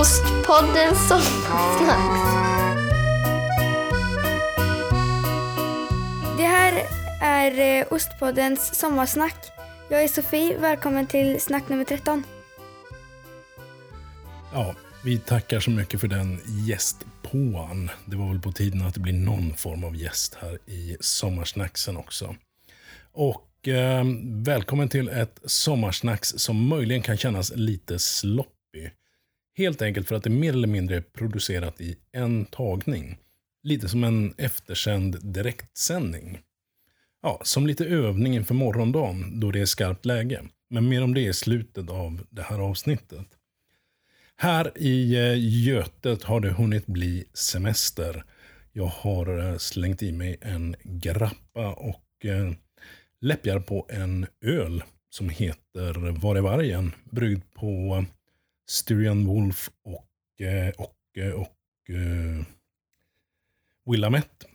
Ostpodden Sommarsnacks. Det här är Ostpoddens sommarsnack. Jag är Sofie, välkommen till snack nummer 13. Ja, vi tackar så mycket för den gästpåan. Det var väl på tiden att det blir någon form av gäst här i sommarsnacksen också. Och välkommen till ett sommarsnacks som möjligen kan kännas lite sloppy. Helt enkelt för att det mer eller mindre är producerat i en tagning. Lite som en eftersänd direktsändning. Ja, som lite övning inför morgondagen då det är skarpt läge. Men mer om det i slutet av det här avsnittet. Här i Götet har det hunnit bli semester. Jag har slängt i mig en grappa och läppjar på en öl som heter Var är vargen? Bryggd på Styrian Wolf och Willamette.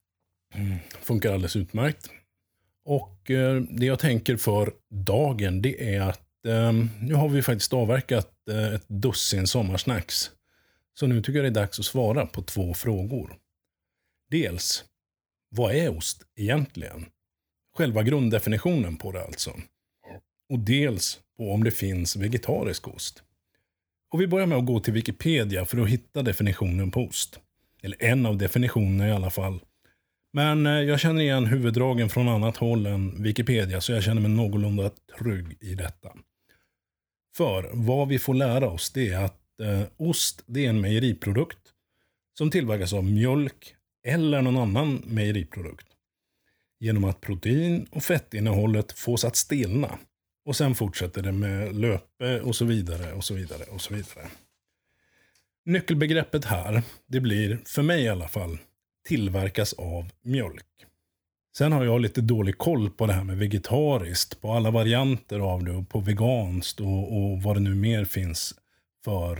Funkar alldeles utmärkt. Och det jag tänker för dagen, det är att nu har vi faktiskt avverkat ett dussin sommarsnacks. Så nu tycker jag det är dags att svara på 2 frågor. Dels, vad är ost egentligen? Själva grunddefinitionen på det alltså. Och dels på om det finns vegetarisk ost. Och vi börjar med att gå till Wikipedia för att hitta definitionen på ost. Eller en av definitionerna i alla fall. Men jag känner igen huvuddragen från annat håll än Wikipedia, så jag känner mig någorlunda trygg i detta. För vad vi får lära oss, det är att ost, det är en mejeriprodukt som tillverkas av mjölk eller någon annan mejeriprodukt. Genom att protein- och fettinnehållet fås att stelna. Och sen fortsätter det med löpe och så vidare och så vidare och så vidare. Nyckelbegreppet här, det blir, för mig i alla fall, tillverkas av mjölk. Sen har jag lite dålig koll på det här med vegetariskt, på alla varianter av det och på veganskt och vad det nu mer finns för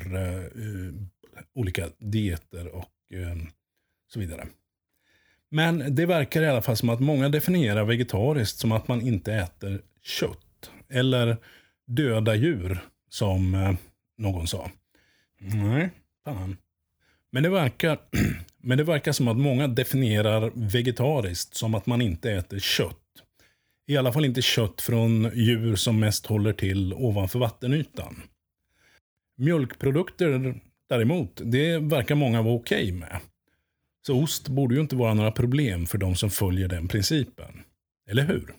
olika dieter och så vidare. Men det verkar i alla fall som att många definierar vegetariskt som att man inte äter kött eller döda djur, som någon sa. Nej, fan. Men det verkar som att många definierar vegetariskt som att man inte äter kött. I alla fall inte kött från djur som mest håller till ovanför vattenytan. Mjölkprodukter däremot, det verkar många vara okej med. Så ost borde ju inte vara några problem för de som följer den principen. Eller hur?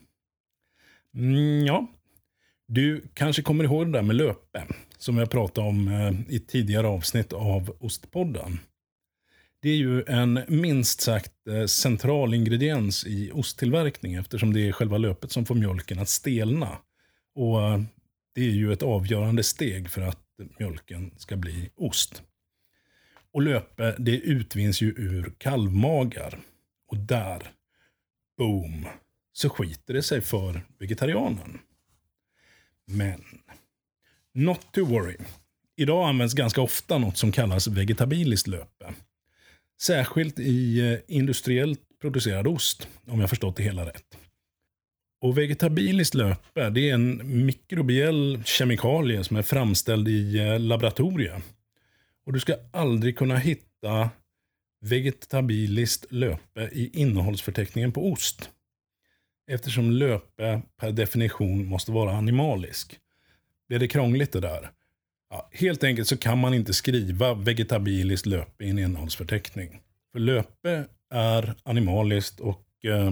Ja, du kanske kommer ihåg det där med löpe som jag pratade om i tidigare avsnitt av Ostpodden. Det är ju en minst sagt central ingrediens i osttillverkning eftersom det är själva löpet som får mjölken att stelna. Och det är ju ett avgörande steg för att mjölken ska bli ost. Och löpe, det utvinns ju ur kalvmagar. Och där, boom, så skiter det sig för vegetarianen. Men, not to worry. Idag används ganska ofta något som kallas vegetabiliskt löpe. Särskilt i industriellt producerad ost, om jag förstått det hela rätt. Och vegetabiliskt löpe, det är en mikrobiell kemikalie som är framställd i laboratorier. Och du ska aldrig kunna hitta vegetabiliskt löpe i innehållsförteckningen på ost. Eftersom löpe per definition måste vara animalisk. Blir det krångligt det där? Ja, helt enkelt så kan man inte skriva vegetabiliskt löpe i en innehållsförteckning. För löpe är animaliskt och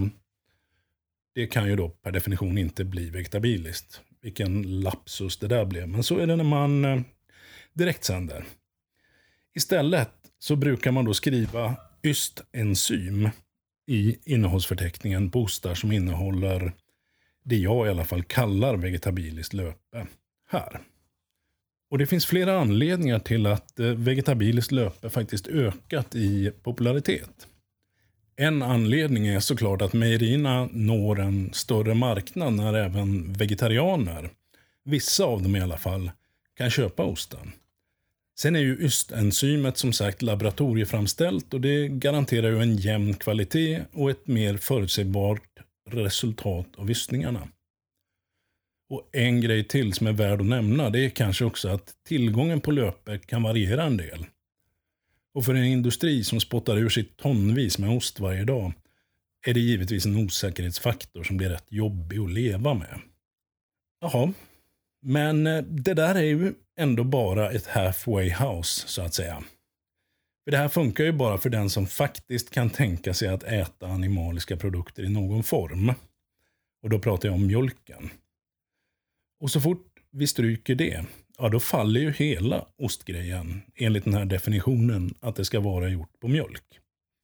det kan ju då per definition inte bli vegetabiliskt. Vilken lapsus det där blev. Men så är det när man direktsänder. Istället så brukar man då skriva ystenzym i innehållsförteckningen på ostar som innehåller det jag i alla fall kallar vegetabiliskt löpe här. Och det finns flera anledningar till att vegetabiliskt löpe faktiskt ökat i popularitet. En anledning är såklart att mejerierna når en större marknad när även vegetarianer, vissa av dem i alla fall, kan köpa osten. Sen är ju ystenzymet som sagt laboratorieframställt och det garanterar ju en jämn kvalitet och ett mer förutsägbart resultat av ystningarna. Och en grej till som är värd att nämna, det är kanske också att tillgången på löpe kan variera en del. Och för en industri som spottar ur sig tonvis med ost varje dag är det givetvis en osäkerhetsfaktor som blir rätt jobbig att leva med. Jaha, men det där är ju ändå bara ett halfway house så att säga. För det här funkar ju bara för den som faktiskt kan tänka sig att äta animaliska produkter i någon form. Och då pratar jag om mjölken. Och så fort vi stryker det, ja då faller ju hela ostgrejen enligt den här definitionen att det ska vara gjort på mjölk.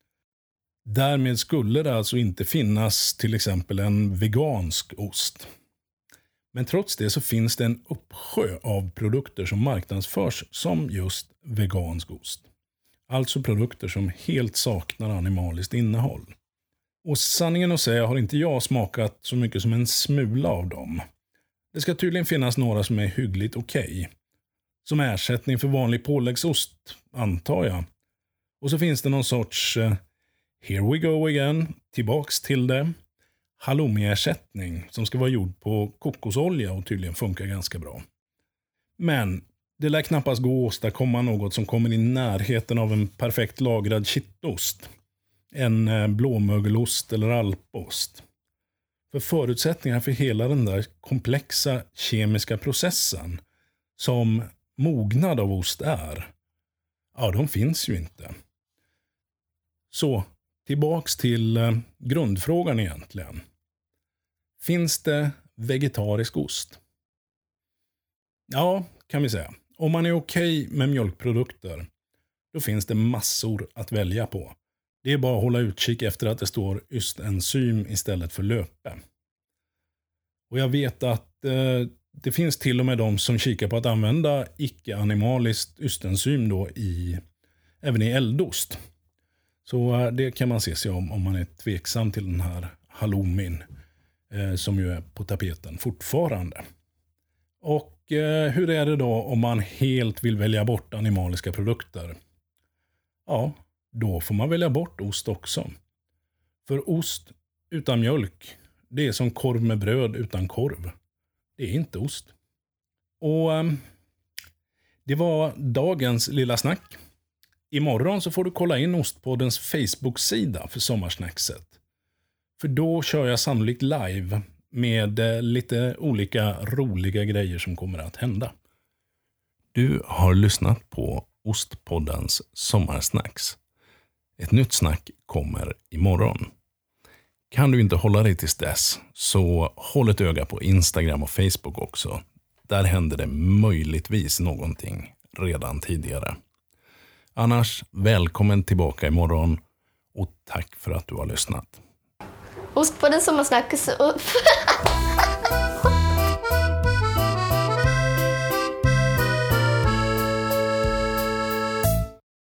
Därmed skulle det alltså inte finnas till exempel en vegansk ost. Men trots det så finns det en uppsjö av produkter som marknadsförs som just vegansk ost. Alltså produkter som helt saknar animaliskt innehåll. Och sanningen att säga har inte jag smakat så mycket som en smula av dem. Det ska tydligen finnas några som är hyggligt okej. Som ersättning för vanlig påläggsost, antar jag. Och så finns det någon sorts here we go again, tillbaks till det. Halloumi-ersättning som ska vara gjord på kokosolja och tydligen funkar ganska bra. Men det lär knappast gå att åstadkomma något som kommer i närheten av en perfekt lagrad kittost. En blåmögelost eller alpost. För förutsättningar för hela den där komplexa kemiska processen som mognad av ost är, ja de finns ju inte. Så tillbaks till grundfrågan egentligen. Finns det vegetarisk ost? Ja, kan vi säga. Om man är okej med mjölkprodukter, då finns det massor att välja på. Det är bara att hålla utkik efter att det står ystenzym istället för löpe. Och jag vet att det finns till och med de som kikar på att använda icke-animaliskt ystenzym då även i eldost. Så det kan man se sig om man är tveksam till den här halloumin som ju är på tapeten fortfarande. Och hur är det då om man helt vill välja bort animaliska produkter? Ja, då får man välja bort ost också. För ost utan mjölk, det är som korv med bröd utan korv. Det är inte ost. Och det var dagens lilla snack. Imorgon så får du kolla in Ostpoddens Facebook-sida för sommarsnackset. För då kör jag sannolikt live med lite olika roliga grejer som kommer att hända. Du har lyssnat på Ostpoddens sommarsnacks. Ett nytt snack kommer imorgon. Kan du inte hålla dig tills dess så håll ett öga på Instagram och Facebook också. Där händer det möjligtvis någonting redan tidigare. Annars, välkommen tillbaka imorgon och tack för att du har lyssnat. Ostpoddens sommarsnack.